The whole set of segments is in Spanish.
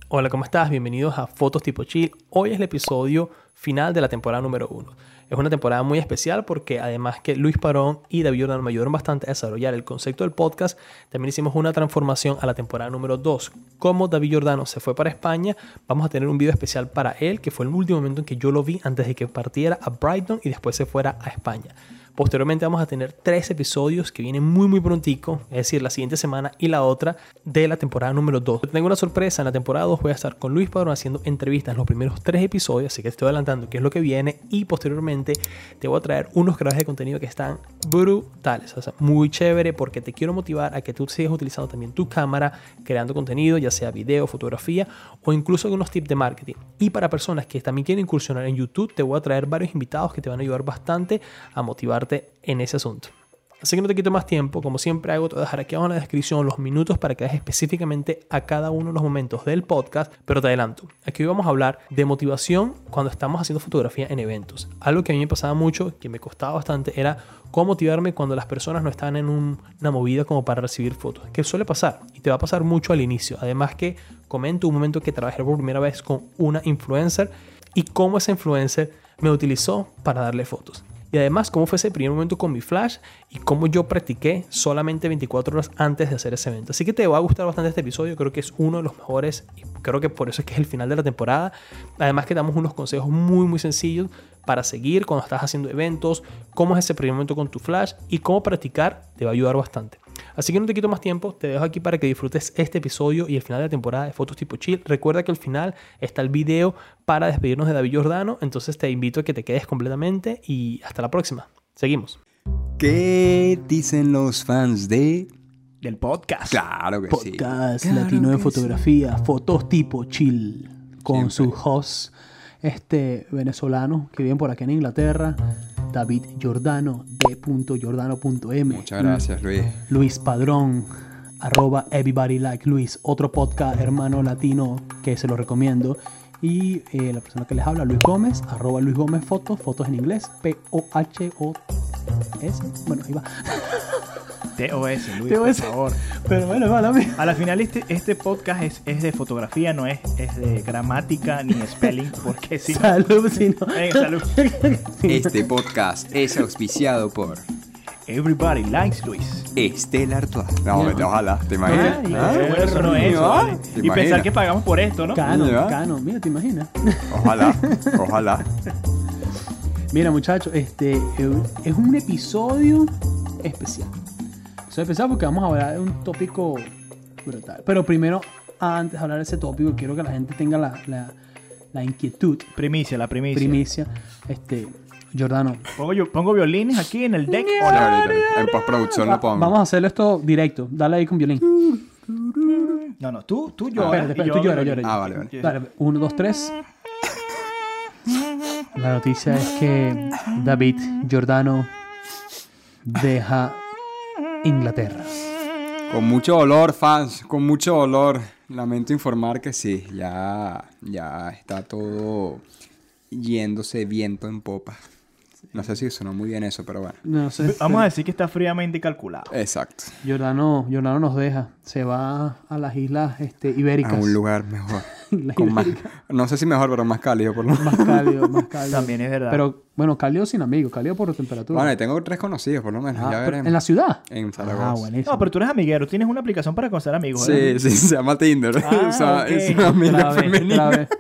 Hola, ¿cómo estás? Bienvenidos a Fotos Tipo Chill. Hoy es el episodio final de la temporada número 1. Es una temporada muy especial porque además que Luis Parón y David Giordano me ayudaron bastante a desarrollar el concepto del podcast, también hicimos una transformación a la temporada número 2. Como David Giordano se fue para España, vamos a tener un video especial para él, que fue el último momento en que yo lo vi antes de que partiera a Brighton y después se fuera a España. Posteriormente vamos a tener 3 episodios que vienen muy prontico, es decir, la siguiente semana y la otra de la temporada número 2. Tengo una sorpresa, en la temporada 2 voy a estar con Luis Padrón haciendo entrevistas en los primeros 3 episodios, así que te estoy adelantando qué es lo que viene y posteriormente te voy a traer unos creadores de contenido que están brutales, o sea, muy chévere porque te quiero motivar a que tú sigas utilizando también tu cámara, creando contenido, ya sea video, fotografía o incluso algunos tips de marketing. Y para personas que también quieren incursionar en YouTube, te voy a traer varios invitados que te van a ayudar bastante a motivarte en ese asunto. Así que no te quito más tiempo, como siempre hago, te voy a dejar aquí abajo en la descripción los minutos para que veas específicamente a cada uno de los momentos del podcast, pero te adelanto, aquí hoy vamos a hablar de motivación cuando estamos haciendo fotografía en eventos. Algo que a mí me pasaba mucho, que me costaba bastante, era cómo motivarme cuando las personas no están en una movida como para recibir fotos, que suele pasar y te va a pasar mucho al inicio. Además que comento un momento que trabajé por primera vez con una influencer y cómo esa influencer me utilizó para darle fotos. Y además, cómo fue ese primer momento con mi flash y cómo yo practiqué solamente 24 horas antes de hacer ese evento. Así que te va a gustar bastante este episodio. Creo que es uno de los mejores y creo que por eso es que es el final de la temporada. Además que damos unos consejos muy sencillos para seguir cuando estás haciendo eventos, cómo es ese primer momento con tu flash y cómo practicar te va a ayudar bastante. Así que no te quito más tiempo, te dejo aquí para que disfrutes este episodio y el final de la temporada de Fotos Tipo Chill. Recuerda que al final está el video para despedirnos de David Giordano, entonces te invito a que te quedes completamente y hasta la próxima. Seguimos. ¿Qué dicen los fans del podcast? Claro que sí. Podcast latino de fotografía, Fotos Tipo Chill, con su host venezolano que viven por aquí en Inglaterra, David Giordano, d.giordano.m. Muchas gracias, Luis. Luis Padrón, @everybodyLikeLuis, otro podcast hermano latino que se lo recomiendo. Y la persona que les habla, Luis Gómez, @Luis Gómez Fotos, fotos en inglés, POHOS. Bueno, ahí va. TOS, Luis, por favor. Pero bueno, va la mía. A la final este podcast es de fotografía, no es de gramática ni spelling, porque si no... Salud, si no. Salud. Este podcast es auspiciado por Everybody Likes Luis. Estela Artois. No, ojalá, ¿te imaginas? Bueno, eso no es, ¿vale? Y pensar que pagamos por esto, ¿no? Cano, mira, ¿te imaginas? Ojalá. Mira, muchachos, es un episodio especial. Es especial porque vamos a hablar de un tópico brutal. Pero primero, antes de hablar de ese tópico, quiero que la gente tenga la inquietud. La primicia. Giordano. Pongo violines aquí en el deck. En postproducción lo pongo. Vamos a hacerlo esto directo. Dale ahí con violín. No, tú lloras. Espérate, tú llora. Vale. Dale, 1, 2, 3. La noticia es que David Giordano deja Inglaterra. Con mucho dolor, fans, con mucho dolor. Lamento informar que sí, ya está todo yéndose viento en popa. No sé si sonó muy bien eso, pero bueno. No sé. Vamos a decir que está fríamente calculado. Exacto. Giordano nos deja. Se va a las islas ibéricas. A un lugar mejor. Más, no sé si mejor, pero más cálido por lo menos. Más cálido. También es verdad. Pero bueno, cálido sin amigos, cálido por temperatura. Bueno, tengo 3 conocidos por lo menos, ya veremos. ¿En la ciudad? En Zaragoza. Buenísimo. No, pero tú eres amiguero, tienes una aplicación para conocer amigos, Sí, ¿verdad? se llama Tinder. Es una amiga femenina.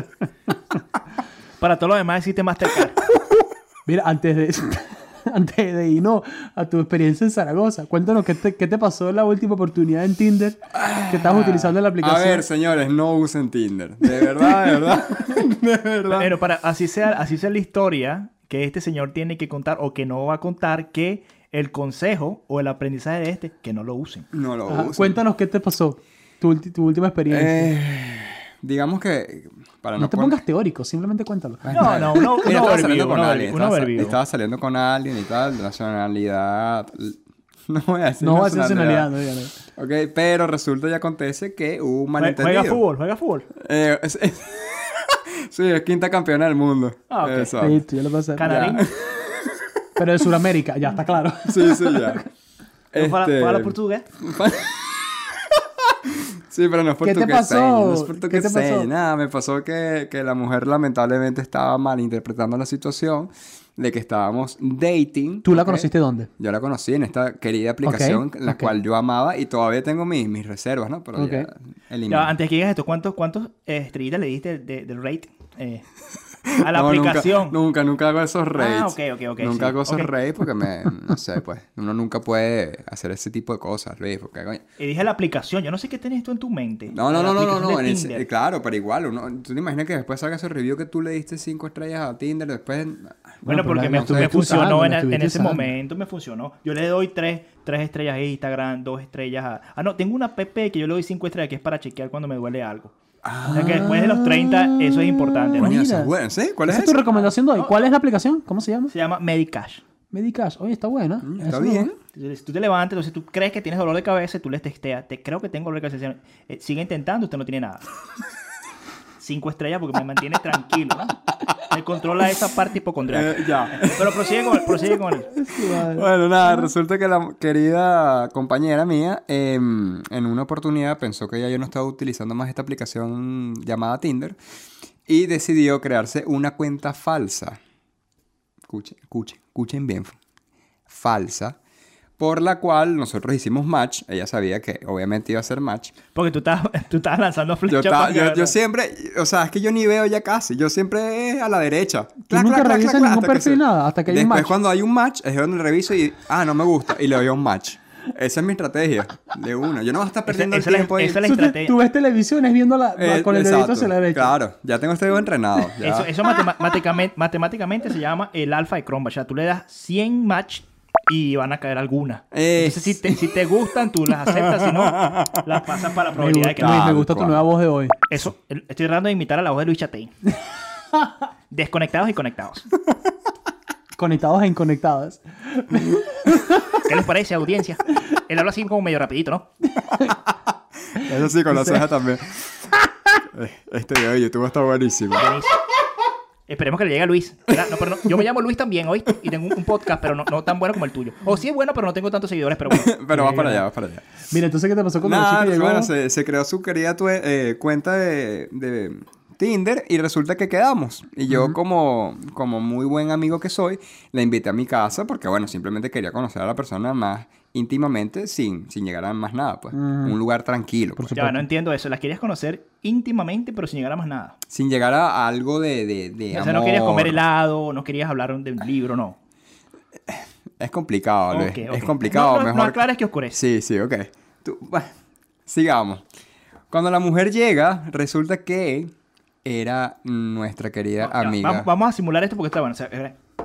Para todo lo demás existe Mastercard. Mira, antes de irnos a tu experiencia en Zaragoza, cuéntanos qué te pasó en la última oportunidad en Tinder que estabas utilizando la aplicación. A ver, señores, no usen Tinder. De verdad. Pero así sea la historia que este señor tiene que contar o que no va a contar, que el consejo o el aprendizaje de que no lo usen. No lo usen. Cuéntanos qué te pasó, tu última experiencia. Digamos que... No te pongas teórico, simplemente cuéntalo. Estaba saliendo con alguien y tal, de nacionalidad... No voy a decir nacionalidad. Ok, pero resulta y acontece que hubo un malentendido. Juega fútbol. Sí, es 5ª campeona del mundo. Ok. Listo, ya lo pasé. Canarín. Pero de Sudamérica, ya está claro. Sí, ya. ¿Fala portugués? Sí, pero no es por ¿Qué tu te que pasó? enseñe, no es por tu ¿Qué que te pasó? enseñe. Nada, me pasó que la mujer lamentablemente estaba malinterpretando la situación de que estábamos dating. ¿Tú la ¿ok? conociste dónde? Yo la conocí en esta querida aplicación, Ok, la ok. cual yo amaba y todavía tengo mis reservas, ¿no? Pero Ok. ya eliminé. Ya, antes que digas esto, ¿cuántos estrellitas le diste del rate a la No, aplicación? Nunca hago esos rates. ok, Nunca sí, hago esos ok. rates porque no sé, pues, uno nunca puede hacer ese tipo de cosas, Luis, porque, coño. Y dije la aplicación, yo no sé qué tenés tú en tu mente. No, La aplicación de en ese- Tinder. claro, pero igual, tú te imaginas que después salga ese review que tú le diste 5 estrellas a Tinder, después... Bueno, porque pero me, la estuviste me funcionó usando, en, la en estuviste ese usando. momento, me funcionó. Yo le doy tres estrellas a Instagram, 2 estrellas a... Ah, no, tengo una app que yo le doy 5 estrellas que es para chequear cuando me duele algo. O sea que después de los 30, eso es importante, ¿no? Coño, Mira. eso es bueno, ¿sí? ¿Cuál es Esa es tu ese? recomendación de hoy. ¿Cuál es la aplicación? ¿Cómo se llama? Se llama Medicash. Medicash. Oye, está buena. Está Eso bien. Entonces, si tú te levantas, entonces tú crees que tienes dolor de cabeza, tú les texteas, creo que tengo dolor de cabeza. Sigue intentando, usted no tiene nada. 5 estrellas porque me mantiene tranquilo, ¿no? Me controla esa parte hipocondriaca. Ya. Pero prosigue con él. Bueno, nada, resulta que la querida compañera mía, en una oportunidad pensó que ya yo no estaba utilizando más esta aplicación llamada Tinder y decidió crearse una cuenta falsa. Escuchen bien. Falsa. Por la cual nosotros hicimos match. Ella sabía que obviamente iba a ser match. Porque tú estás lanzando Yo, flechas. estaba- para yo, que- yo siempre, o sea, es que yo ni veo ya casi. Yo siempre a la derecha. ¿Tú nunca revisas ningún hasta que perfil, nada? Hasta que hay un Después match. cuando hay un match, es donde reviso y, no me gusta. Y le doy a un match. Esa es mi estrategia. De una. Yo no voy a estar perdiendo el esa es la- tiempo ahí. esa es la Tú, estrategia. tú ves televisiones viendo con el dedito Exacto. hacia la derecha. Claro, ya tengo este dedo entrenado. ya. Eso matemáticamente se llama el alfa de Chromebase. O sea, tú le das 100 match y van a caer algunas. Entonces, si te gustan, tú las aceptas. Si no, las pasas para la probabilidad de que Luis, no. me gusta tu cual. nueva voz de hoy. Eso, estoy tratando de imitar a la voz de Luis Chatein. Desconectados y conectados. Conectados e inconectados. ¿Qué les parece, audiencia? Él habla así como medio rapidito, ¿no? Eso sí, con la ceja también. Este video de YouTube está buenísimo. Buenísimo. Esperemos que le llegue a Luis. No, pero no, yo me llamo Luis también hoy y tengo un podcast, pero no tan bueno como el tuyo. O sí es bueno, pero no tengo tantos seguidores, pero bueno. Pero vas para allá, vas para allá. Mira, entonces, ¿qué te pasó cuando la Nada, chica llegó? bueno, se creó su querida cuenta de Tinder y resulta que quedamos. Y yo, como muy buen amigo que soy, la invité a mi casa porque, bueno, simplemente quería conocer a la persona más íntimamente sin llegar a más nada, pues. Un lugar tranquilo, pues. Ya, no entiendo eso. Las querías conocer íntimamente, pero sin llegar a más nada. Sin llegar a algo de O amor. sea, no querías comer helado, no querías hablar de un libro, no. Es complicado, Luis. Ok. Es complicado. No mejor... aclares que oscurece. Sí, ok. Bueno, sigamos. Cuando la mujer llega, resulta que era nuestra querida Ya, amiga. vamos a simular esto porque está bueno. O sea,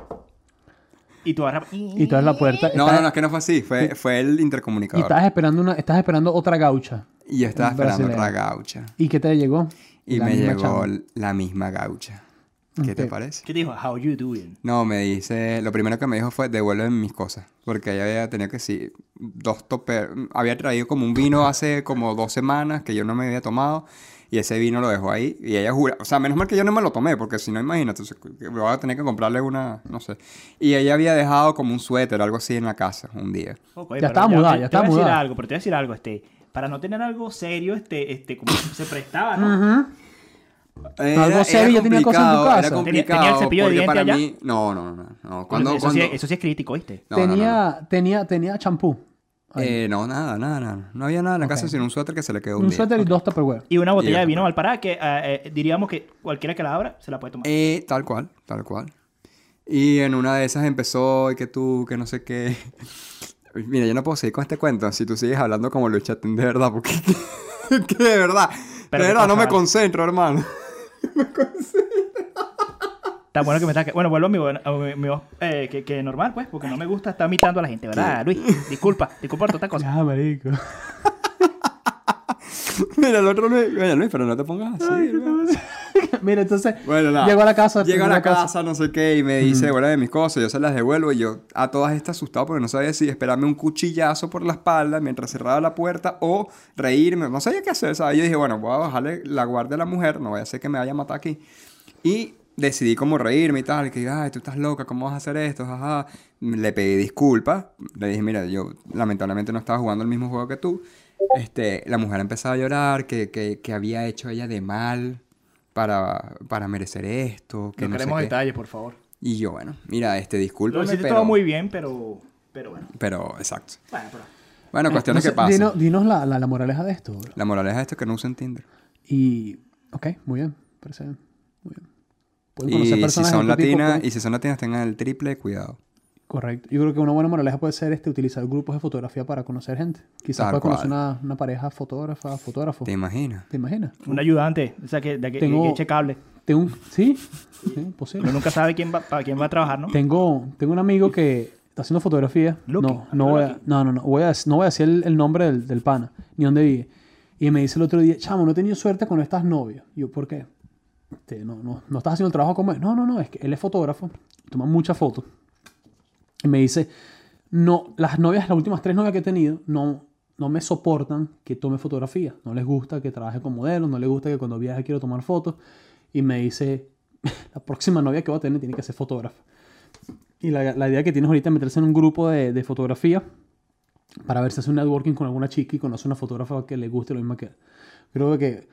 y tú agarras... Y tú abres la puerta. No, es que no fue así. Fue el Y intercomunicador. estás esperando otra gaucha. Y yo estaba esperando Brasilera. otra gaucha. ¿Y qué te llegó? Y La me misma llegó chama. la misma gaucha. ¿Qué te Ok. parece? ¿Qué te dijo? How you doing? No, me dice... Lo primero que me dijo fue devuelven mis cosas. Porque ella había tenido que sí... 2 toppers... Había traído como un vino hace como 2 semanas que yo no me había tomado. Y ese vino lo dejó ahí. Y ella jura... O sea, menos mal que yo no me lo tomé. Porque si no, imagínate. Voy a tener que comprarle una... No sé. Y ella había dejado como un suéter o algo así en la casa un día. Ok, Ya pero estaba mudada, ya te voy estaba a decir mudada. algo, pero te voy a decir algo, para no tener algo serio, como se prestaba, ¿no? Algo serio, ya tenía cosas en tu complicado, casa. Era complicado. ¿Tenía el cepillo de porque diente para allá? mí... No. Cuando... Eso sí es crítico, ¿viste? No, no, no. Tenía champú. No, nada. No había nada en la casa sino un suéter que se le quedó un Un día. suéter y 2 Tupperware. Y una botella Y- de vino Valpará que diríamos que cualquiera que la abra se la puede tomar. Tal cual. Y en una de esas empezó y que no sé qué. Mira, yo no puedo seguir con este cuento si tú sigues hablando como Luis Chatín, de verdad, porque que de verdad, Pero de ¿qué verdad no pasa? me concentro, hermano. Está bueno que me está... Bueno, vuelvo a mi voz que normal, pues, porque no me gusta estar imitando a la gente, ¿verdad, Luis? Disculpa por todas estas cosas. Ya, marico. Mira, el otro Luis, oye, Luis, pero no te pongas así. hermano. Mira, entonces, Bueno, nada. llegó a la casa. Llega a la primera casa, no sé qué, y me dice, devuélveme mis cosas. Yo se las devuelvo y yo a todas estas asustado porque no sabía si esperarme un cuchillazo por la espalda mientras cerraba la puerta o reírme. No sabía qué hacer, ¿sabes? Yo dije, bueno, voy a bajarle la guardia a la mujer, no vaya a ser que me vaya a matar aquí. Y decidí como reírme y tal, que ay, tú estás loca, ¿cómo vas a hacer esto? Jaja. Le pedí disculpas. Le dije, mira, yo lamentablemente no estaba jugando el mismo juego que tú. la mujer empezaba a llorar, que había hecho ella de mal para merecer esto, que No no sé queremos qué. detalles, por favor. Y yo, bueno, mira, Lo discúlpame, hiciste pero... todo muy bien, pero bueno. Pero, exacto. Bueno, pero... Bueno, cuestiones que Entonces, pasan. dinos la moraleja de esto, bro. La moraleja de esto es que no usen Tinder. Y... Ok, muy bien. Parece bien. Muy bien. Pueden Y conocer si personas son de este tipo, latinas, pues. y si son latinas, tengan el triple de cuidado. Correcto. Yo creo que una buena moraleja puede ser utilizar grupos de fotografía para conocer gente. Quizás Tal puedes conocer cual. una pareja fotógrafo. ¿Te imaginas? ¿Te imaginas? Un ayudante, o sea, que eche cable. Tengo un... ¿Sí? Sí, posible. Uno nunca sabe para quién va a trabajar, ¿no? Tengo un amigo que está haciendo fotografía. Lucky, No voy a, no voy a decir el nombre del pana, ni dónde vive. Y me dice el otro día, chamo, no he tenido suerte con estas novias. Y yo, ¿por qué? No estás haciendo el trabajo como él. No, es que él es fotógrafo, toma muchas fotos. Y me dice, no, las últimas 3 novias que he tenido, no me soportan que tome fotografía. No les gusta que trabaje con modelos, no les gusta que cuando viaje quiero tomar fotos. Y me dice, la próxima novia que voy a tener tiene que ser fotógrafa. Y la idea que tienes ahorita es meterse en un grupo de fotografía para ver si hace un networking con alguna chica y conoce una fotógrafa que le guste lo mismo que él. Creo que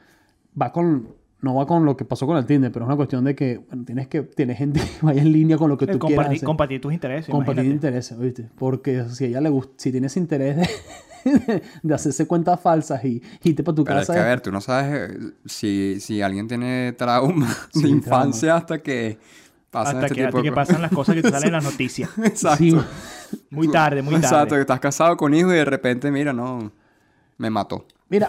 no va con lo que pasó con el Tinder, pero es una cuestión de que bueno, tienes gente que vaya en línea con lo que tú quieras hacer. Compartir tus intereses. Compartir imagínate. intereses, ¿oíste? Porque si a ella le gusta, si tienes interés de hacerse cuentas falsas y irte para tu Pero es casa. que, a ver, tú no sabes si alguien tiene trauma Sí, de infancia hasta que pasan Hasta este que, tipo hasta de que cosas. pasan las cosas que te salen en las noticias. Exacto. Sí, Muy tarde, muy tarde. Exacto, que estás casado con hijos y de repente, mira, no, me mató. mira,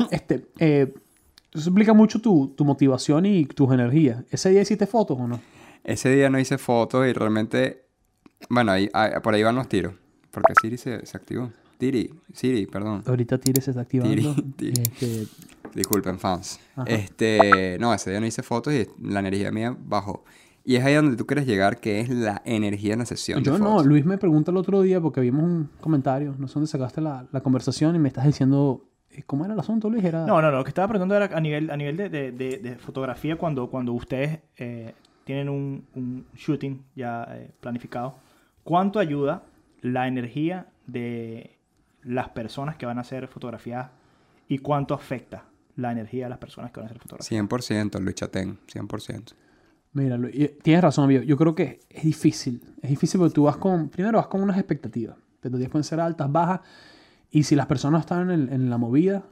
eso explica mucho tu motivación y tus energías. ¿Ese día hiciste fotos o no? Ese día no hice fotos y realmente, bueno, por ahí van los tiros. Porque Siri se activó. Siri, perdón. Ahorita Tire se está activando. Tiri. Disculpen, fans. Ajá. No, ese día no hice fotos y la energía mía bajó. Y es ahí donde tú quieres llegar, que es la energía en la sesión Yo de no, fotos. Luis me pregunta el otro día porque vimos un comentario, no sé dónde sacaste la conversación y me estás diciendo, ¿cómo era el asunto, Luis? Era... No, lo que estaba preguntando era a nivel de fotografía cuando ustedes tienen un shooting ya planificado. ¿Cuánto ayuda la energía de las personas que van a hacer fotografías y cuánto afecta la energía de las personas que van a hacer fotografías? 100%, Luis Chatén, 100%. Mira, tienes razón, amigo. Yo creo que es difícil. Es difícil porque tú primero vas con unas expectativas. Expectativas pueden ser altas, bajas. Y si las personas están en la movida,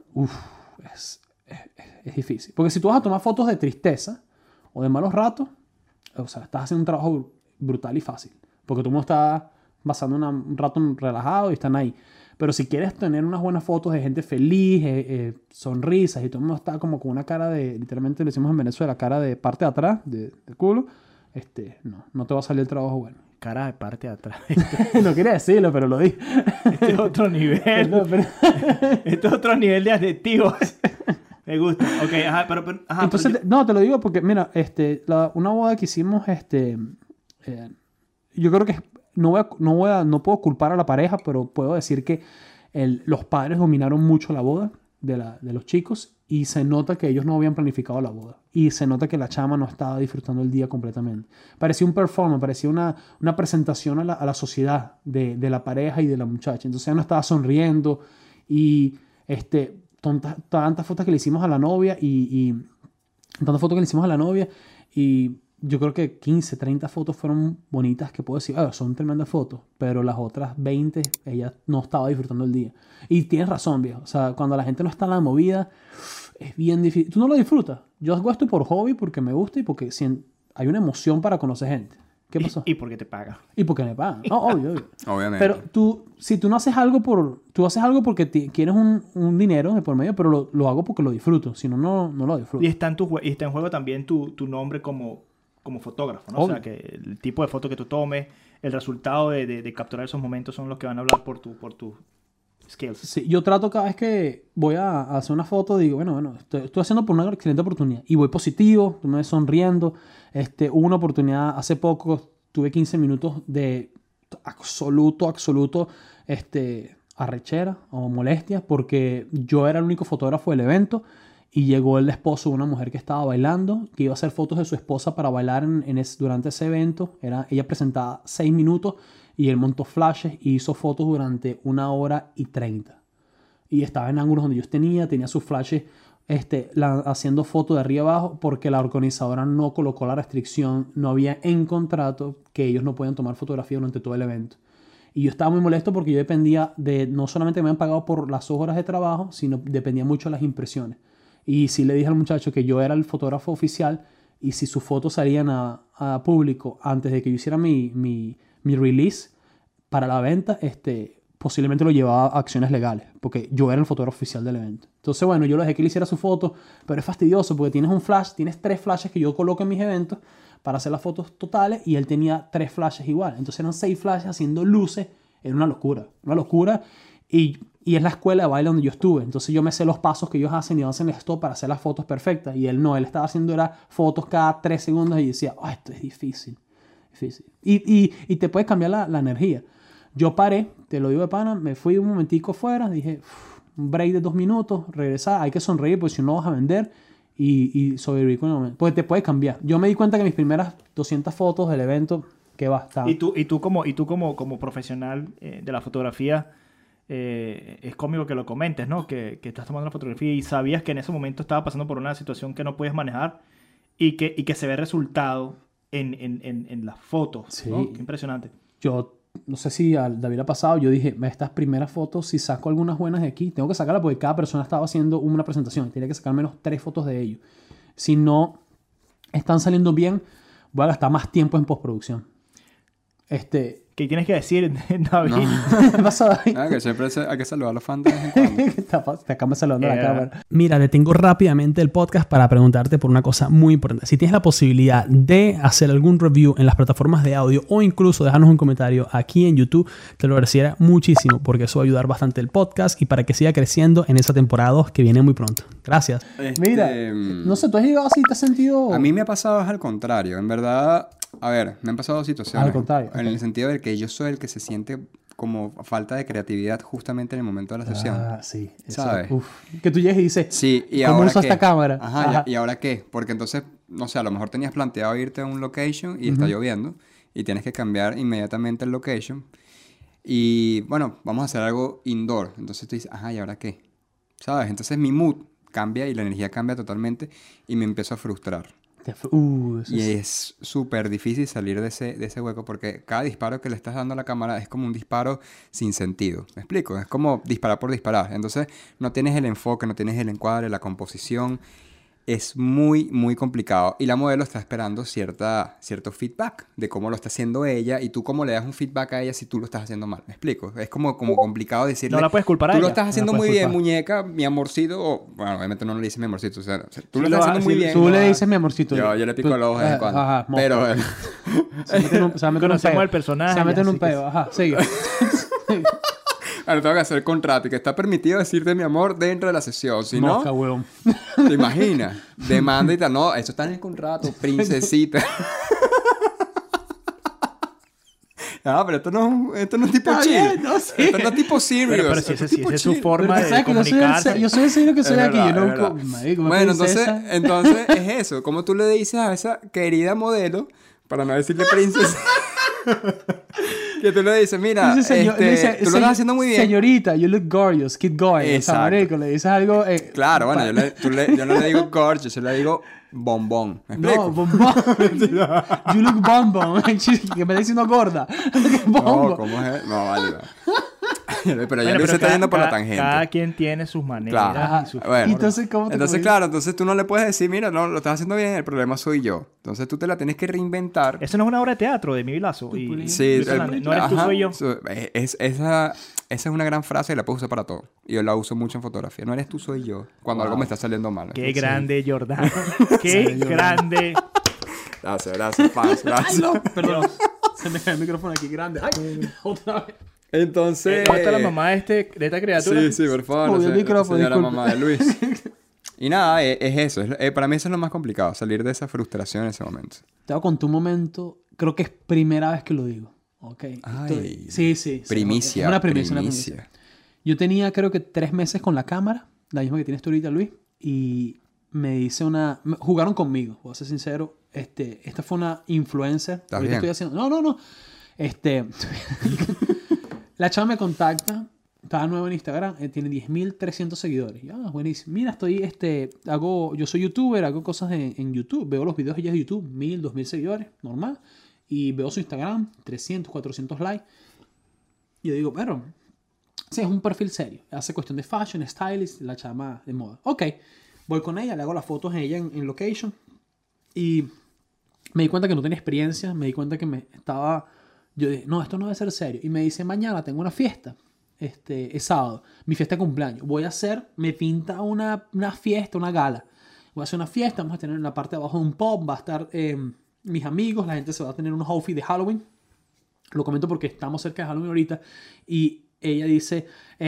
es difícil. Porque si tú vas a tomar fotos de tristeza o de malos ratos, o sea, estás haciendo un trabajo brutal y fácil. Porque todo el mundo está pasando un rato relajado y están ahí. Pero si quieres tener unas buenas fotos de gente feliz, sonrisas, y todo el mundo está como con una cara literalmente lo decimos en Venezuela, cara de parte de atrás, de culo, no te va a salir el trabajo bueno. Cara de parte de atrás. No quería decirlo, pero lo dije. Este es otro nivel. No, pero- Este es otro nivel de adjetivos. Me gusta. Ok, ajá, ajá, Entonces, te lo digo porque, mira, una boda que hicimos, yo creo que no puedo culpar a la pareja, pero puedo decir que los padres dominaron mucho la boda de los chicos y se nota que ellos no habían planificado la boda. Y se nota que la chama no estaba disfrutando el día completamente. Parecía un performance, parecía una presentación a la sociedad de la pareja y de la muchacha. Entonces ella no estaba sonriendo y tantas fotos que le hicimos a la novia y tantas fotos que le hicimos a la novia y yo creo que 15, 30 fotos fueron bonitas que puedo decir, son tremendas fotos, pero las otras 20 ella no estaba disfrutando el día. Y tienes razón, viejo. O sea, cuando la gente no está en la movida, es bien difícil. Tú no lo disfrutas. Yo hago esto por hobby, porque me gusta y porque hay una emoción para conocer gente. ¿Qué pasó? ¿Y por qué te paga? Y porque me pagan. No, obvio. Obviamente. Pero si tú no haces algo tú haces algo porque quieres un dinero de por medio, pero lo hago porque lo disfruto. Si no, no lo disfruto. Y está en juego también tu nombre como fotógrafo, ¿no? Obvio. O sea, que el tipo de foto que tú tomes, el resultado de capturar esos momentos son los que van a hablar por tu skills. Sí, yo trato cada vez que voy a hacer una foto, digo, bueno, estoy haciendo por una excelente oportunidad. Y voy positivo, me voy sonriendo. Hubo una oportunidad hace poco, tuve 15 minutos de absoluto arrechera o molestia, porque yo era el único fotógrafo del evento y llegó el esposo de una mujer que estaba bailando, que iba a hacer fotos de su esposa para bailar durante ese evento. Ella presentaba 6 minutos y él montó flashes y hizo fotos durante 1 hora y 30. y estaba en ángulos donde yo tenía sus flashes haciendo fotos de arriba abajo porque la organizadora no colocó la restricción, no había en contrato que ellos no pueden tomar fotografía durante todo el evento. Y yo estaba muy molesto porque yo dependía de, no solamente me habían pagado por las horas de trabajo, sino dependía mucho de las impresiones. Y sí le dije al muchacho que yo era el fotógrafo oficial y si sus fotos salían a público antes de que yo hiciera mi release para la venta, posiblemente lo llevaba a acciones legales, porque yo era el fotógrafo oficial del evento. Entonces, bueno, yo lo dejé que él hiciera su foto, pero es fastidioso porque tienes un flash, tienes 3 flashes que yo coloco en mis eventos para hacer las fotos totales y él tenía 3 flashes igual. Entonces eran 6 flashes haciendo luces. Era una locura. Y es la escuela de baile donde yo estuve. Entonces yo me sé los pasos que ellos hacen y hacen esto para hacer las fotos perfectas. Y él no, él estaba haciendo fotos cada 3 segundos y decía, esto es difícil. Y te puede cambiar la energía. Yo paré, te lo digo de pana, me fui un momentico fuera, dije, un break de 2 minutos, regresar, hay que sonreír porque si no vas a vender y sobrevivir con el momento. Porque te puede cambiar. Yo me di cuenta que mis primeras 200 fotos del evento, que basta. Y tú como profesional de la fotografía, es cómico que lo comentes, ¿no? Que estás tomando la fotografía y sabías que en ese momento estaba pasando por una situación que no puedes manejar y que se ve resultado en las fotos, Sí. ¿no? Qué impresionante. Yo no sé si a David ha pasado, yo dije, estas primeras fotos, si saco algunas buenas de aquí, tengo que sacarlas porque cada persona estaba haciendo una presentación. Tenía que sacar menos 3 fotos de ellos. Si no están saliendo bien, voy a gastar más tiempo en postproducción. ¿Qué tienes que decir, David? ¿Qué pasó, David? Que siempre hay que saludar a los fans de vez en cuando. Te acabas saludando a la cámara. Mira, detengo rápidamente el podcast para preguntarte por una cosa muy importante. Si tienes la posibilidad de hacer algún review en las plataformas de audio o incluso dejarnos un comentario aquí en YouTube, te lo agradecería muchísimo porque eso va a ayudar bastante el podcast y para que siga creciendo en esa temporada 2 que viene muy pronto. Gracias. Mira, no sé, ¿tú has llegado así? ¿Te has sentido...? A mí me ha pasado es al contrario. En verdad, a ver, me han pasado situaciones. Al contrario. En el sentido de que yo soy el que se siente como falta de creatividad justamente en el momento de la sesión. Sí. Eso, ¿Sabes? Que tú llegues y dices, Sí, ¿y ¿cómo ahora uso qué? esta cámara? Ajá. ¿Y ahora qué? Porque entonces, no sé, a lo mejor tenías planteado irte a un location y está lloviendo y tienes que cambiar inmediatamente el location. Y bueno, vamos a hacer algo indoor. Entonces tú dices, ¿y ahora qué? ¿Sabes? Entonces mi mood cambia y la energía cambia totalmente y me empiezo a frustrar. Eso Y sí. es súper difícil salir de ese hueco porque cada disparo que le estás dando a la cámara es como un disparo sin sentido. ¿Me explico? Es como disparar por disparar. Entonces no tienes el enfoque, no tienes el encuadre, la composición. Es muy, muy complicado. Y la modelo está esperando cierto feedback de cómo lo está haciendo ella y tú cómo le das un feedback a ella si tú lo estás haciendo mal. ¿Me explico? Es como complicado decirle... No la puedes culpar a Tú ella. lo estás haciendo No la muy puedes bien, culpar. muñeca, mi amorcito. O, bueno, obviamente no le dices mi amorcito. O sea, tú Sí, lo estás haciendo muy bien. Tú le ¿no? dices mi amorcito. Yo le pico el ojo de vez en cuando. Ajá, mojo. Pero... Se va a meter en un Conocemos peo. al personaje, Se va a meter en un así que peo. Ajá, sigue. Ahora tengo que hacer contrato y que está permitido decirte mi amor dentro de la sesión. Si no, Mosca, huevón. ¿te imaginas? Demanda y tal. No, eso está en el contrato, princesita. Pero esto no es tipo Está chill. bien, no, sí. Esto no es tipo serious. Pero si esto esa tipo es su chill. forma Pero de sabes que comunicarse. yo soy el serio que soy Es aquí. verdad, Yo es no... verdad. Marico, Bueno, princesa. entonces es eso. Como tú le dices a esa querida modelo, para no decirle princesa, que tú le dices, mira, Dice señor- le dice, tú lo estás haciendo muy bien. Señorita, you look gorgeous, keep going. O sea, Exacto. marico, le dices algo... Claro, bueno, yo no le digo gorgeous, yo le digo bombón. ¿Me explico? No, bombón. You look bombón. Que me está diciendo gorda. No, Bombón. ¿cómo es? No, vale. Pero ya Bueno, Luis se está cada- yendo por la cada- tangente. Cada quien tiene sus maneras Claro. y sus Bueno. formas. Entonces, ¿cómo te Entonces, comunicas? claro, entonces tú no le puedes decir, mira, no, lo estás haciendo bien, el problema soy yo. Entonces tú te la tienes que reinventar. Eso no es una obra de teatro de Miguel Lazo. Y Sí, Luis Hernández. No eres tú, ajá, soy yo. Esa es una gran frase y la puedo usar para todo. Y yo la uso mucho en fotografía. No eres tú, soy yo. Cuando algo me está saliendo mal. Qué grande, Jordán. Qué grande. Gracias, fans. Gracias. Perdón. Se me cae el micrófono aquí grande. Ay, otra vez. Entonces... ¿Dónde está la mamá de esta criatura? Sí, por favor. Movió el micrófono, señora disculpe. mamá de Luis. Y nada, es eso. Para mí eso es lo más complicado. Salir de esa frustración en ese momento. Te voy a contar un momento. Creo que es primera vez que lo digo. ¿Ok? Ay, Sí. Primicia. Es una primicia. Yo tenía creo que 3 meses con la cámara. La misma que tienes tú ahorita, Luis. Y me hice jugaron conmigo. Voy a ser sincero. Esta fue una influencer. ¿Estás Ahorita bien? estoy haciendo... No. La chava me contacta Estaba nuevo en Instagram, tiene 10.300 seguidores. Ah, buenísimo. Mira, yo soy youtuber, hago cosas en YouTube. Veo los videos de ella de YouTube, 1.000, 2.000 seguidores, normal. Y veo su Instagram, 300, 400 likes. Y yo digo, pero, sí, es un perfil serio. Hace cuestión de fashion, stylist, la chama de moda. Ok, voy con ella, le hago las fotos a ella en location. Y me di cuenta que no tenía experiencia, me di cuenta que yo dije, no, esto no debe ser serio. Y me dice, mañana tengo una fiesta. Es sábado, mi fiesta de cumpleaños. Me pinta una fiesta, una gala. Voy a hacer una fiesta, vamos a tener en la parte de abajo un pub, va a estar mis amigos, la gente se va a tener unos outfits de Halloween. Lo comento porque estamos cerca de Halloween ahorita. Y ella dice,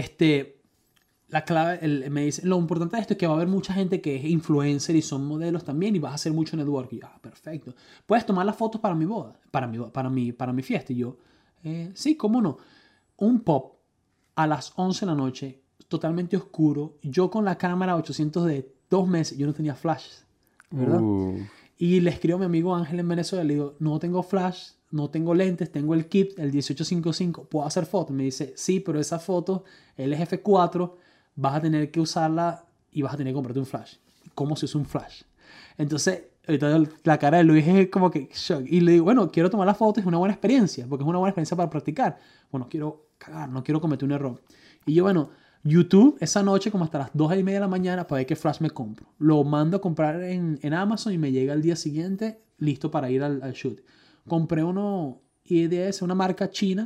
la clave, me dice, lo importante de esto es que va a haber mucha gente que es influencer y son modelos también y vas a hacer mucho networking. Y yo, perfecto. ¿Puedes tomar las fotos para mi boda? Para mi fiesta. Y yo, sí, ¿cómo no? Un pop a las 11 de la noche, totalmente oscuro. Yo con la cámara 800 de 2 meses, yo no tenía flash, ¿verdad? Y le escribo a mi amigo Ángel en Venezuela, le digo, no tengo flash, no tengo lentes, tengo el kit, el 1855, ¿puedo hacer fotos? Me dice, sí, pero esa foto, él es F4, vas a tener que usarla y vas a tener que comprarte un flash. ¿Cómo se usa un flash? Entonces, ahorita la cara de Luis es como que shock. Y le digo, bueno, quiero tomar las fotos, es una buena experiencia, porque es una buena experiencia para practicar. Bueno, quiero cagar, no quiero cometer un error. Y yo, bueno, YouTube esa noche como hasta las 2:30 de la mañana para ver qué flash me compro. Lo mando a comprar en Amazon y me llega al día siguiente listo para ir al shoot. Compré uno IDS, una marca china,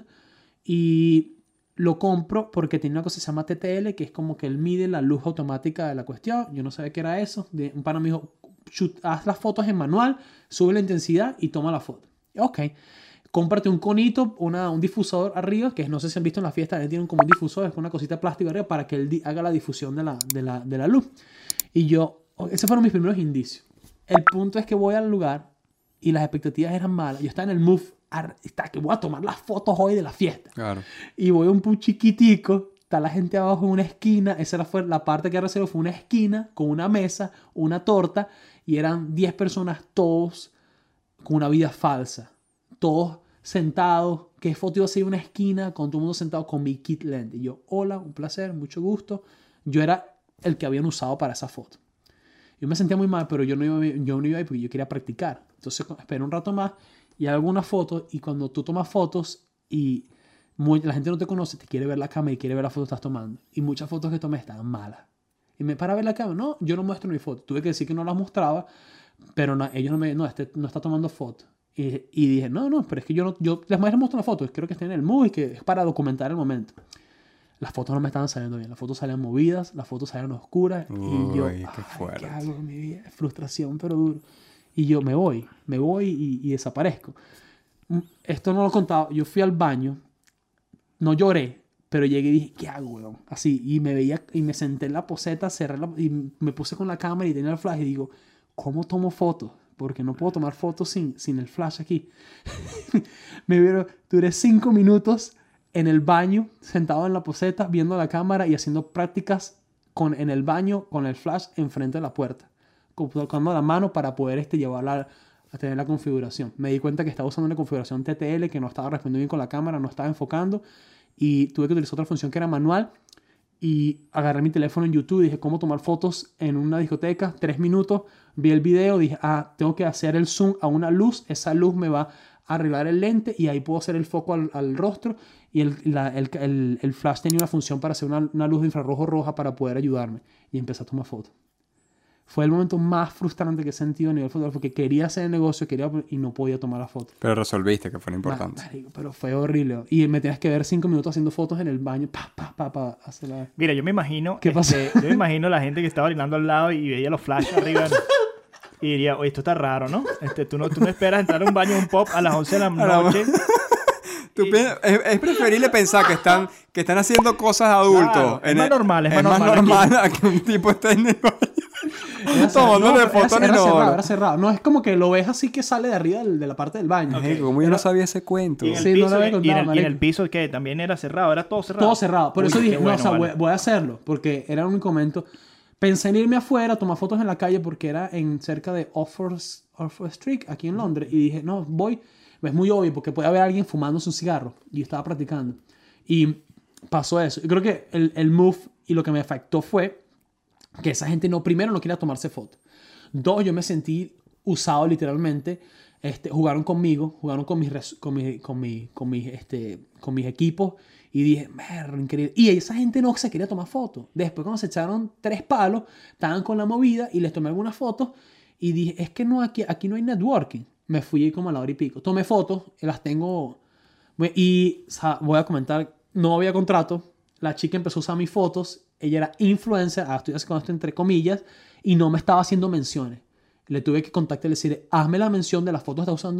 y lo compro porque tiene una cosa que se llama TTL, que es como que él mide la luz automática de la cuestión. Yo no sabía qué era eso. Un pana me dijo, haz las fotos en manual, sube la intensidad y toma la foto. Ok. Cómprate un conito, un difusor arriba, que no sé si han visto en la fiesta, tienen como un difusor, es una cosita de plástico arriba para que él haga la difusión de la luz. Y yo, esos fueron mis primeros indicios. El punto es que voy al lugar y las expectativas eran malas. Yo estaba en el move, que voy a tomar las fotos hoy de la fiesta. Claro. Y voy a un pub chiquitico, está la gente abajo en una esquina, esa fue la parte que reservó, fue una esquina con una mesa, una torta, y eran 10 personas, todos con una vida falsa. Todos sentados, ¿qué foto iba a ser una esquina con todo el mundo sentado con mi kit lente? Y yo, hola, un placer, mucho gusto. Yo era el que habían usado para esa foto. Yo me sentía muy mal, pero yo no iba ahí porque yo quería practicar. Entonces esperé un rato más y hago una foto, y cuando tú tomas fotos y la gente no te conoce, te quiere ver la cámara y quiere ver la foto que estás tomando. Y muchas fotos que tomé estaban malas. Y me para ver la cámara, no, yo no muestro mi foto. Tuve que decir que no las mostraba, pero ellos no está tomando fotos. Y dije, no, pero es que yo les muestro una foto, quiero que estén en el mood y que es para documentar el momento. Las fotos no me estaban saliendo bien, las fotos salían movidas, las fotos salían oscuras. Y yo, ¿qué hago en mi vida? Frustración, pero duro. Y yo me voy y desaparezco. Esto no lo contaba, yo fui al baño, no lloré, pero llegué y dije, ¿qué hago, weón? Así, y me senté en la poseta, y me puse con la cámara y tenía el flash y digo, ¿cómo tomo fotos? Porque no puedo tomar fotos sin el flash aquí. Duré 5 minutos en el baño, sentado en la poseta, viendo la cámara y haciendo prácticas en el baño con el flash enfrente de la puerta. Colocando la mano para poder llevarla a tener la configuración. Me di cuenta que estaba usando una configuración TTL que no estaba respondiendo bien con la cámara, no estaba enfocando, y tuve que utilizar otra función que era manual. Y agarré mi teléfono en YouTube y dije, ¿cómo tomar fotos en una discoteca? 3 minutos, vi el video, dije, tengo que hacer el zoom a una luz, esa luz me va a arreglar el lente y ahí puedo hacer el foco al rostro, y el flash tenía una función para hacer una luz de infrarrojo roja para poder ayudarme, y empecé a tomar fotos. Fue el momento más frustrante que he sentido a nivel fotográfico, porque quería hacer el negocio, y no podía tomar la foto. Pero resolviste, que fue lo importante. Pero fue horrible. Y me tenías que ver 5 minutos haciendo fotos en el baño. Hacerla. Mira, yo me imagino... ¿Qué pasa? Yo me imagino la gente que estaba orinando al lado y veía los flashes arriba. Y diría, oye, esto está raro, ¿no? Tú no esperas entrar a un baño, un pop a las 11 de la noche. Es preferible pensar que están haciendo cosas adultos. Claro, es más normal. Es más normal a que un tipo esté en el baño. Tomándole fotos ni no. Era cerrado. No es como que lo ves así que sale de arriba de la parte del baño. Okay. Como yo no sabía ese cuento. Y en el piso que también era cerrado, era todo cerrado. Todo cerrado. Por eso dije, voy a hacerlo. Porque era un momento. Pensé en irme afuera, tomar fotos en la calle, porque era cerca de Oxford Street, aquí en Londres. Y dije, no, voy. Es muy obvio porque puede haber alguien fumándose un cigarro. Y yo estaba practicando. pasó eso. Yo creo que el move y lo que me afectó fue que esa gente primero no quería tomarse fotos. Dos, yo me sentí usado literalmente. Jugaron conmigo, jugaron con mis equipos y dije, merda, increíble. Y esa gente no se quería tomar fotos. Después cuando se echaron 3 palos, estaban con la movida y les tomé algunas fotos y dije, es que no, aquí no hay networking. Me fui como a la hora y pico. Tomé fotos, las tengo y voy a comentar, no había contrato. La chica empezó a usar mis fotos, ella era influencer, estoy haciendo esto entre comillas, y no me estaba haciendo menciones. Le tuve que contactar y decirle, hazme la mención de las fotos que estás usando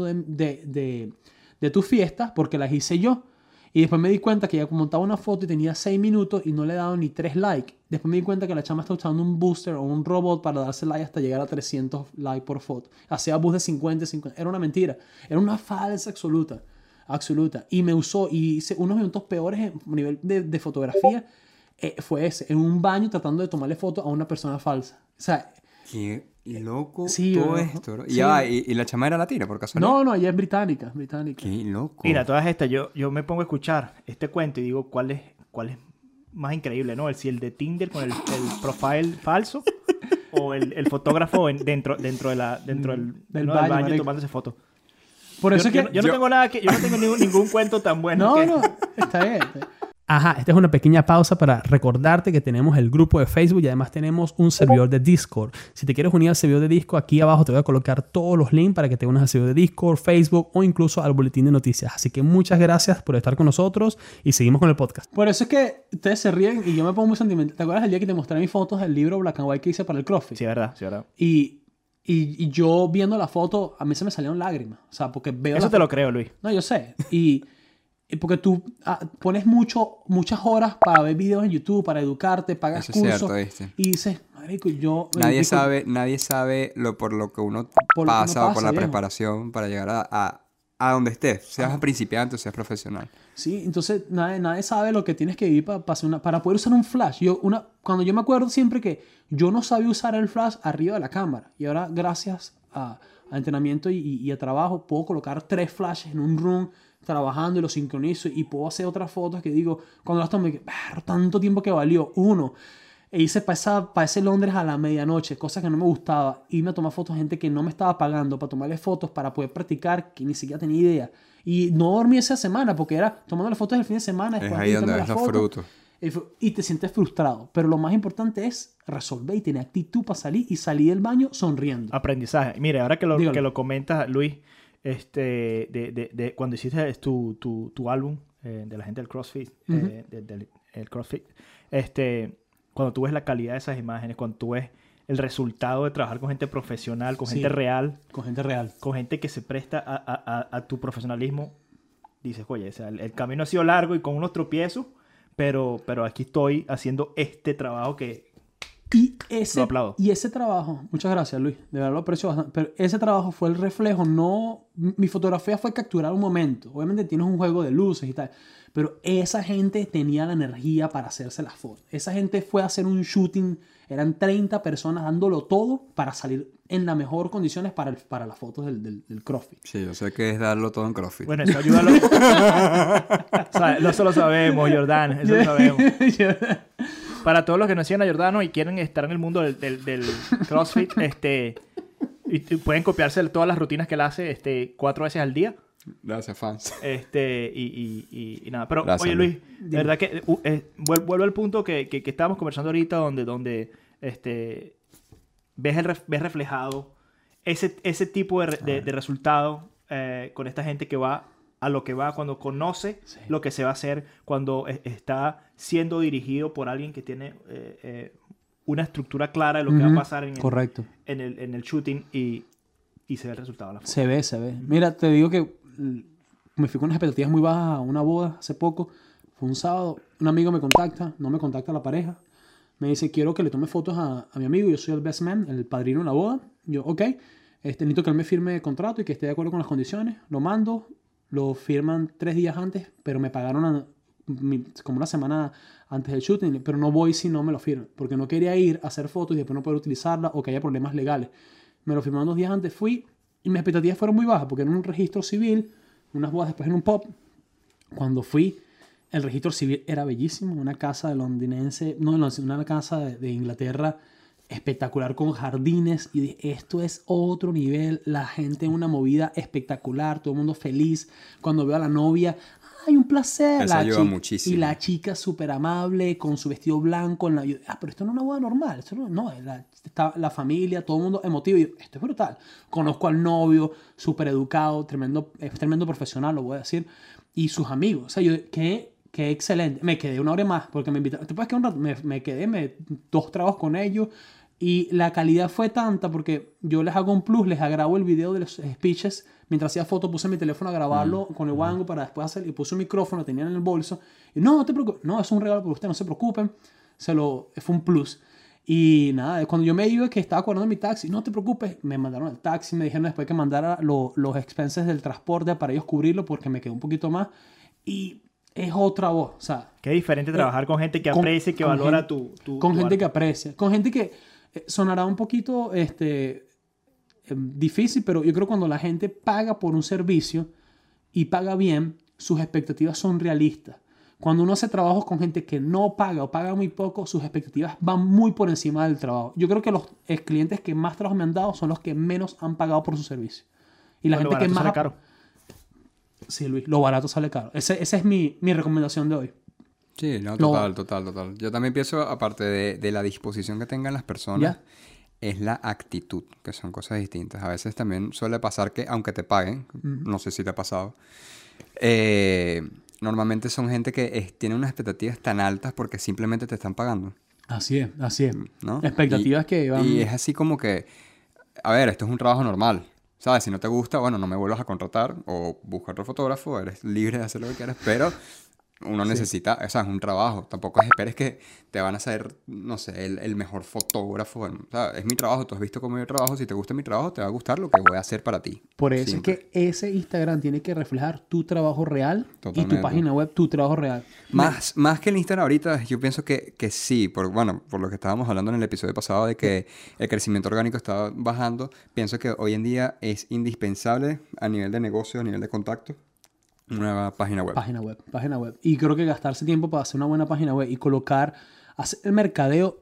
de tus fiestas, porque las hice yo. Y después me di cuenta que ella montaba una foto y tenía 6 minutos y no le daba ni 3 likes. Después me di cuenta que la chama está usando un booster o un robot para darse like hasta llegar a 300 likes por foto. Hacía boost de 50. Era una mentira. Era una falsa absoluta. Y me usó y hice unos minutos peores a nivel de fotografía. Fue ese, en un baño tratando de tomarle foto a una persona falsa. O sea... Qué loco Sí, todo ¿no? esto, ¿no? Sí. ¿Y la chama era latina, por casualidad? No, ella es británica. Qué loco. Mira, todas estas, yo me pongo a escuchar este cuento y digo, ¿cuál es más increíble, no? Si el de Tinder con el profile falso o el fotógrafo dentro del baño marico. tomándose fotos. Por eso Yo es que... no tengo nada que... Yo no tengo ningún cuento tan bueno. No, está bien. Ajá, esta es una pequeña pausa para recordarte que tenemos el grupo de Facebook y además tenemos un servidor de Discord. Si te quieres unir al servidor de Discord, aquí abajo te voy a colocar todos los links para que te unas al servidor de Discord, Facebook o incluso al boletín de noticias. Así que muchas gracias por estar con nosotros y seguimos con el podcast. Por eso es que ustedes se ríen y yo me pongo muy sentimental. ¿Te acuerdas el día que te mostré mis fotos del libro Black and White que hice para el CrossFit? Sí, verdad. Y yo viendo la foto, a mí se me salieron lágrimas. O sea, porque veo Eso te lo creo, Luis. No, yo sé. Y porque tú pones muchas horas para ver videos en YouTube, para educarte, pagas Eso es cursos. cierto, ¿viste? Y dices, marico, Nadie sabe por lo que uno pasa o por la viejo. preparación para llegar a donde estés. Seas principiante o seas profesional. Sí, entonces nadie sabe lo que tienes que vivir para poder usar un flash. Cuando yo me acuerdo siempre que yo no sabía usar el flash arriba de la cámara. Y ahora, gracias a entrenamiento y a trabajo, puedo colocar 3 flashes en un room trabajando y los sincronizo y puedo hacer otras fotos que digo, cuando las tomo, tanto tiempo que valió. E hice para ese Londres a la medianoche, cosa que no me gustaba. Irme a tomar fotos de gente que no me estaba pagando para tomarle fotos, para poder practicar, que ni siquiera tenía idea. Y no dormí esa semana porque era tomando las fotos del fin de semana. Es ahí donde ves los frutos. Y te sientes frustrado. Pero lo más importante es resolver y tener actitud para salir y salir del baño sonriendo. Aprendizaje. Mire, ahora que Dígalo. lo comentas, Luis, cuando hiciste tu álbum de la gente del CrossFit, el CrossFit, cuando tú ves la calidad de esas imágenes, cuando tú ves el resultado de trabajar con gente profesional, con gente real, Con gente real. con gente que se presta a tu profesionalismo, dices, oye, o sea, el camino ha sido largo y con unos tropiezos, pero aquí estoy haciendo este trabajo que lo aplaudo. Y ese trabajo, muchas gracias Luis, de verdad lo aprecio bastante, pero ese trabajo fue el reflejo, mi fotografía fue capturar un momento, obviamente tienes un juego de luces y tal, pero esa gente tenía la energía para hacerse las fotos, esa gente fue a hacer un shooting, eran 30 personas dándolo todo para salir en las mejores condiciones para las fotos del CrossFit. Sí, yo sé que es darlo todo en CrossFit. Bueno, eso ayuda eso lo sabemos, Jordán, eso lo sabemos. Para todos los que no siguen a Jordano y quieren estar en el mundo del CrossFit, y pueden copiarse todas las rutinas que él hace 4 veces al día. Gracias, fans. Y nada. Pero, Gracias, oye, Luis, de verdad que vuelvo al punto que estábamos conversando ahorita, donde ves reflejado ese tipo de resultado con esta gente que va a lo que va, cuando conoce lo que se va a hacer, cuando está siendo dirigido por alguien que tiene una estructura clara de lo que va a pasar Correcto. en el shooting y se ve el resultado de la foto. Se ve. Mira, te digo que me fui con unas expectativas muy bajas a una boda hace poco. Fue un sábado. Un amigo me contacta, no me contacta la pareja. Me dice, quiero que le tome fotos a mi amigo. Yo soy el best man, el padrino de la boda. Yo, ok. Necesito que él me firme el contrato y que esté de acuerdo con las condiciones. Lo mando. Lo firman 3 días antes, pero me pagaron como una semana antes del shooting. Pero no voy si no me lo firman. Porque no quería ir a hacer fotos y después no poder utilizarla o que haya problemas legales. Me lo firmaron 2 días antes. Fui y mis expectativas fueron muy bajas porque era un registro civil, unas bodas después en un pub. Cuando fui, El registro civil era bellísimo, una casa de londinense, no, una casa de Inglaterra espectacular con jardines. Y dije, esto es otro nivel, la gente en una movida espectacular, todo el mundo feliz. Cuando veo a la novia, ¡ay, un placer! Eso ayuda muchísimo. Y la chica súper amable, con su vestido blanco. Pero esto no es una boda normal. Esto no, está la familia, todo el mundo emotivo. Y yo, esto es brutal. Conozco al novio, súper educado, tremendo profesional, lo voy a decir. Y sus amigos. O sea, qué excelente. Me quedé una hora más porque me invitaron. ¿Te puedes quedar un rato? Me quedé 2 trabajos con ellos. Y la calidad fue tanta porque yo les hago un plus, les grabo el video de los speeches. Mientras hacía fotos puse mi teléfono a grabarlo con el Wango para después hacer. Y puse un micrófono, tenían en el bolso. Y no te preocupes. No, es un regalo para ustedes, no se preocupen. Fue un plus. Y nada, cuando yo me iba, que estaba guardando mi taxi, no te preocupes, me mandaron el taxi, me dijeron después que mandara los expenses del transporte para ellos cubrirlo porque me quedó un poquito más. Y es otra voz, o sea... Qué diferente trabajar con gente que aprecia y que valora tu Con gente arte. que aprecia, con gente que sonará un poquito difícil, pero yo creo que cuando la gente paga por un servicio y paga bien, sus expectativas son realistas. Cuando uno hace trabajos con gente que no paga o paga muy poco, sus expectativas van muy por encima del trabajo. Yo creo que los clientes que más trabajo me han dado son los que menos han pagado por su servicio. Y la gente que más... Sale caro. Sí, Luis, lo barato sale caro. Esa es mi recomendación de hoy. Sí, no, total. Yo también pienso, aparte de la disposición que tengan las personas, es la actitud, que son cosas distintas. A veces también suele pasar que, aunque te paguen, no sé si te ha pasado, normalmente son gente que tiene unas expectativas tan altas porque simplemente te están pagando. Así es. ¿No? Expectativas que van... Y es así como que, a ver, esto es un trabajo normal. ¿Sabes? Si no te gusta, bueno, no me vuelvas a contratar o busca otro fotógrafo, eres libre de hacer lo que quieras, pero uno necesita, o sea, es un trabajo. Tampoco esperes que te van a hacer, no sé, el mejor fotógrafo. O sea, es mi trabajo, tú has visto cómo yo trabajo. Si te gusta mi trabajo, te va a gustar lo que voy a hacer para ti. Por eso Siempre. es que ese Instagram tiene que reflejar tu trabajo real. Totalmente. Y tu página web, tu trabajo real. Más que el Instagram ahorita, yo pienso que sí, por lo que estábamos hablando en el episodio pasado de que el crecimiento orgánico estaba bajando, pienso que hoy en día es indispensable a nivel de negocio, a nivel de contacto, una página web. Página web. Y creo que gastarse tiempo para hacer una buena página web y hacer el mercadeo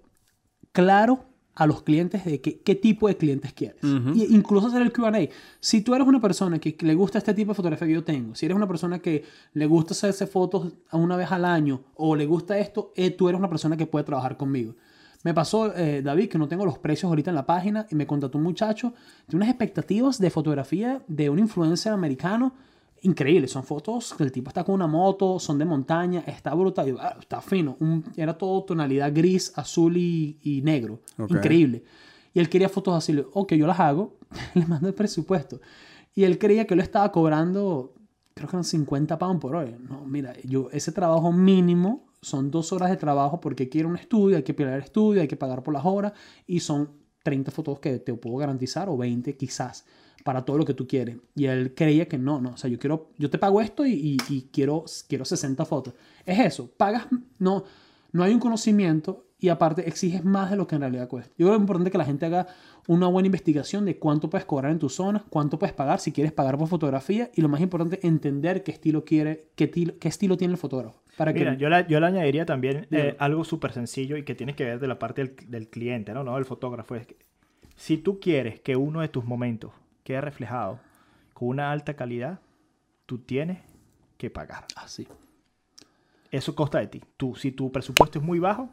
claro a los clientes de qué tipo de clientes quieres. Y incluso hacer el Q&A. Si tú eres una persona que le gusta este tipo de fotografía que yo tengo, si eres una persona que le gusta hacerse fotos una vez al año o le gusta esto, tú eres una persona que puede trabajar conmigo. Me pasó, David, que no tengo los precios ahorita en la página y me contrató un muchacho de unas expectativas de fotografía de un influencer americano increíbles. Son fotos que el tipo está con una moto, son de montaña, está brutal, está fino. Era todo tonalidad gris, azul y negro. Okay. Increíble. Y él quería fotos así. Ok, yo las hago, le mando el presupuesto. Y él creía que lo estaba cobrando, creo que eran 50 pounds por hora. No, mira, ese trabajo mínimo son 2 horas de trabajo porque hay que ir a un estudio, hay que pagar el estudio, hay que pagar por las horas y son 30 fotos que te puedo garantizar o 20 quizás para todo lo que tú quieres. Y él creía que no, o sea, yo te pago esto y quiero 60 fotos. Es eso, pagas, no hay un conocimiento y aparte exiges más de lo que en realidad cuesta. Yo creo que es importante que la gente haga una buena investigación de cuánto puedes cobrar en tu zona, cuánto puedes pagar, si quieres pagar por fotografía y lo más importante, entender qué estilo quiere, qué estilo tiene el fotógrafo. Mira, yo le añadiría también algo súper sencillo y que tiene que ver de la parte del cliente, ¿no? Del fotógrafo. Es que, si tú quieres que uno de tus momentos quede reflejado con una alta calidad, tú tienes que pagar. Así. Eso consta de ti. Si tu presupuesto es muy bajo,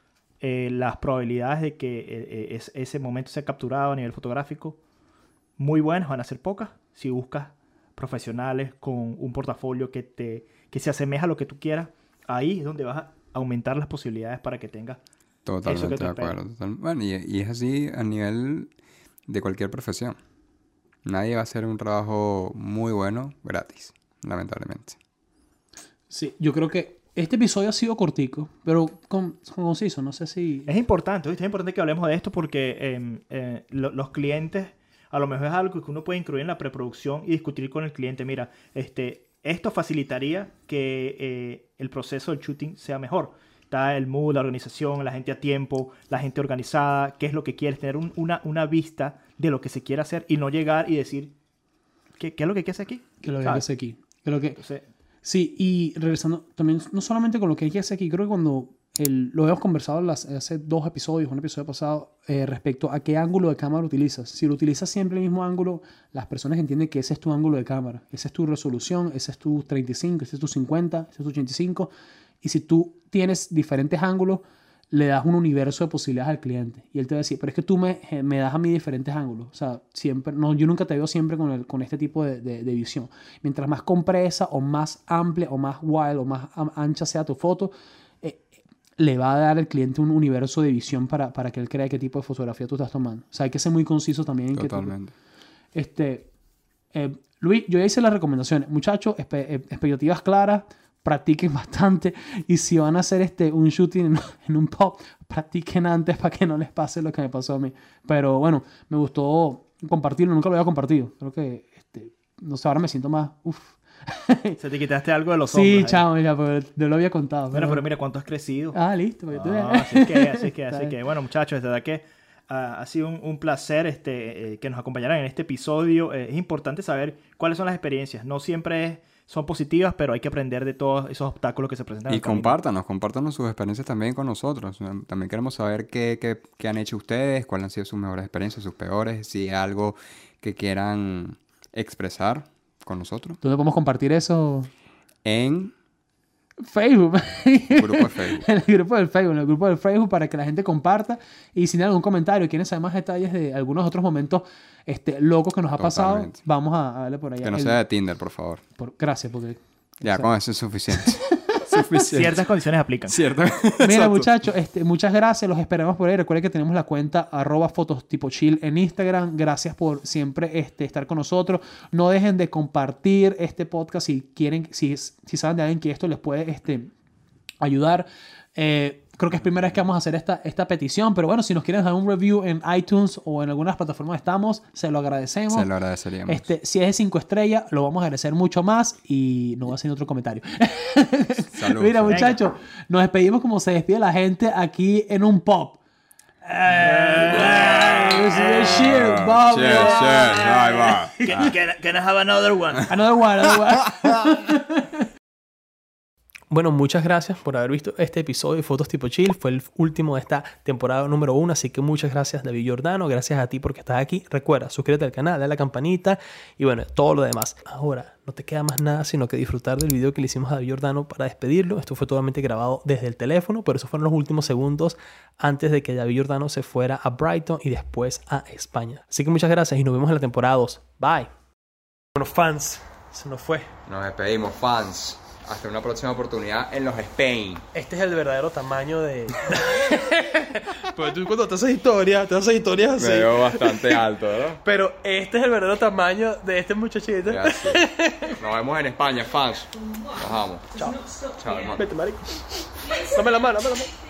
las probabilidades de que ese momento sea capturado a nivel fotográfico muy buenas van a ser pocas si buscas profesionales con un portafolio que se asemeja a lo que tú quieras. Ahí es donde vas a aumentar las posibilidades para que tengas Totalmente eso que te de acuerdo. Bueno, y es así a nivel de cualquier profesión. Nadie va a hacer un trabajo muy bueno gratis, lamentablemente. Sí, yo creo que este episodio ha sido cortico, pero conciso. No sé si... Es importante, ¿viste? Es importante que hablemos de esto porque los clientes, a lo mejor es algo que uno puede incluir en la preproducción y discutir con el cliente. Mira, esto facilitaría que el proceso del shooting sea mejor. Está el mood, la organización, la gente a tiempo, la gente organizada, qué es lo que quieres, tener una vista de lo que se quiere hacer y no llegar y decir, ¿qué es lo que hay que hacer aquí? ¿Qué es lo que hay que hacer aquí? Entonces, Sí, y regresando también, no solamente con lo que hay que hacer aquí, creo que cuando lo hemos conversado hace 2 episodios, un episodio pasado, respecto a qué ángulo de cámara utilizas. Si lo utilizas siempre el mismo ángulo, las personas entienden que ese es tu ángulo de cámara, esa es tu resolución, ese es tu 35, ese es tu 50, ese es tu 85. Y si tú tienes diferentes ángulos, le das un universo de posibilidades al cliente. Y él te va a decir, pero es que tú me das a mí diferentes ángulos. O sea, siempre, no, yo nunca te veo siempre con este tipo de visión. Mientras más compresa o más amplia o más wild o más ancha sea tu foto, le va a dar al cliente un universo de visión para que él crea qué tipo de fotografía tú estás tomando. O sea, hay que ser muy conciso también. Totalmente. Luis, yo ya hice las recomendaciones. Muchachos, expectativas claras, practiquen bastante. Y si van a hacer un shooting en un pub, practiquen antes para que no les pase lo que me pasó a mí. Pero bueno, me gustó compartirlo. Nunca lo había compartido. Creo que, no sé, ahora me siento más... Se te quitaste algo de los hombros. Sí, chao, ya, pero no lo había contado. Bueno, pero mira cuánto has crecido. Listo. Así que, bueno, muchachos, de verdad que ha sido un placer que nos acompañaran en este episodio. Es importante saber cuáles son las experiencias. No siempre son positivas, pero hay que aprender de todos esos obstáculos que se presentan. Y compártanos sus experiencias también con nosotros. También queremos saber qué han hecho ustedes, cuáles han sido sus mejores experiencias, sus peores, si hay algo que quieran expresar con nosotros. ¿Dónde podemos compartir eso? En Facebook. el grupo de Facebook. En el grupo del Facebook para que la gente comparta. Y si tienen algún comentario, quieren saber más detalles de algunos otros momentos locos que nos ha pasado, vamos a darle por allá. Que no sea de Tinder, por favor. Gracias, porque... Ya, con eso es suficiente. Ciertas condiciones aplican. Cierto. Mira, muchachos, muchas gracias. Los esperamos por ahí. Recuerden que tenemos la cuenta @fotostipochill en Instagram. Gracias por siempre estar con nosotros. No dejen de compartir este podcast si quieren, si saben de alguien que esto les puede ayudar. Creo que es primera vez que vamos a hacer esta petición, pero bueno, si nos quieren dar un review en iTunes o en algunas plataformas estamos, se lo agradecemos. Se lo agradeceríamos. Si es de 5 estrellas, lo vamos a agradecer mucho más y no voy a hacer otro comentario. Salud. Mira, muchachos, nos despedimos como se despide la gente aquí en un pub. Cheers, Bob. Cheers. Ahí va. Can I have another one? Another one. Bueno, muchas gracias por haber visto este episodio de Fotos Tipo Chill. Fue el último de esta temporada número 1, así que muchas gracias, David Giordano. Gracias a ti porque estás aquí. Recuerda, suscríbete al canal, dale a la campanita y bueno, todo lo demás. Ahora, no te queda más nada sino que disfrutar del video que le hicimos a David Giordano para despedirlo. Esto fue totalmente grabado desde el teléfono, pero esos fueron los últimos segundos antes de que David Giordano se fuera a Brighton y después a España. Así que muchas gracias y nos vemos en la temporada 2. Bye. Bueno, fans, se nos fue. Nos despedimos, fans. Hasta una próxima oportunidad en los Spain. Este es el verdadero tamaño de... Pues tú cuando te haces historias así. Me veo bastante alto, ¿verdad? Pero este es el verdadero tamaño de este muchachito. Ya, sí. Nos vemos en España, fans. Nos vamos. Chao. Chao, hermano. Vete, marico. Dame la mano.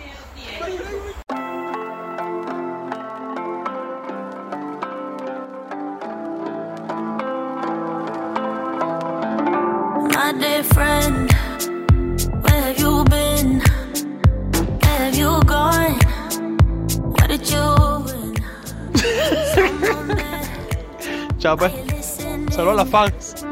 My dear friend, where have you been? Where have you gone? What did you win? Chao, pues. Saludos a las fans.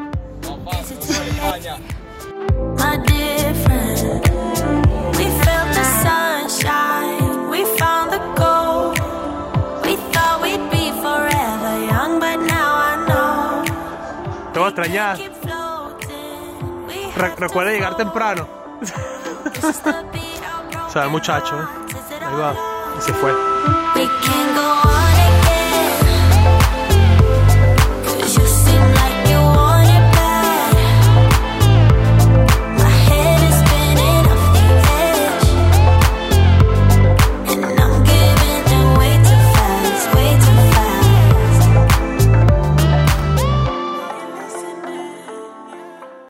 My dear friend, we felt the sunshine, we found the gold. We thought we'd be forever young, but now I know. Te voy a extrañar. Recuerda llegar temprano. O sea, el muchacho, Ahí va. Y se fue.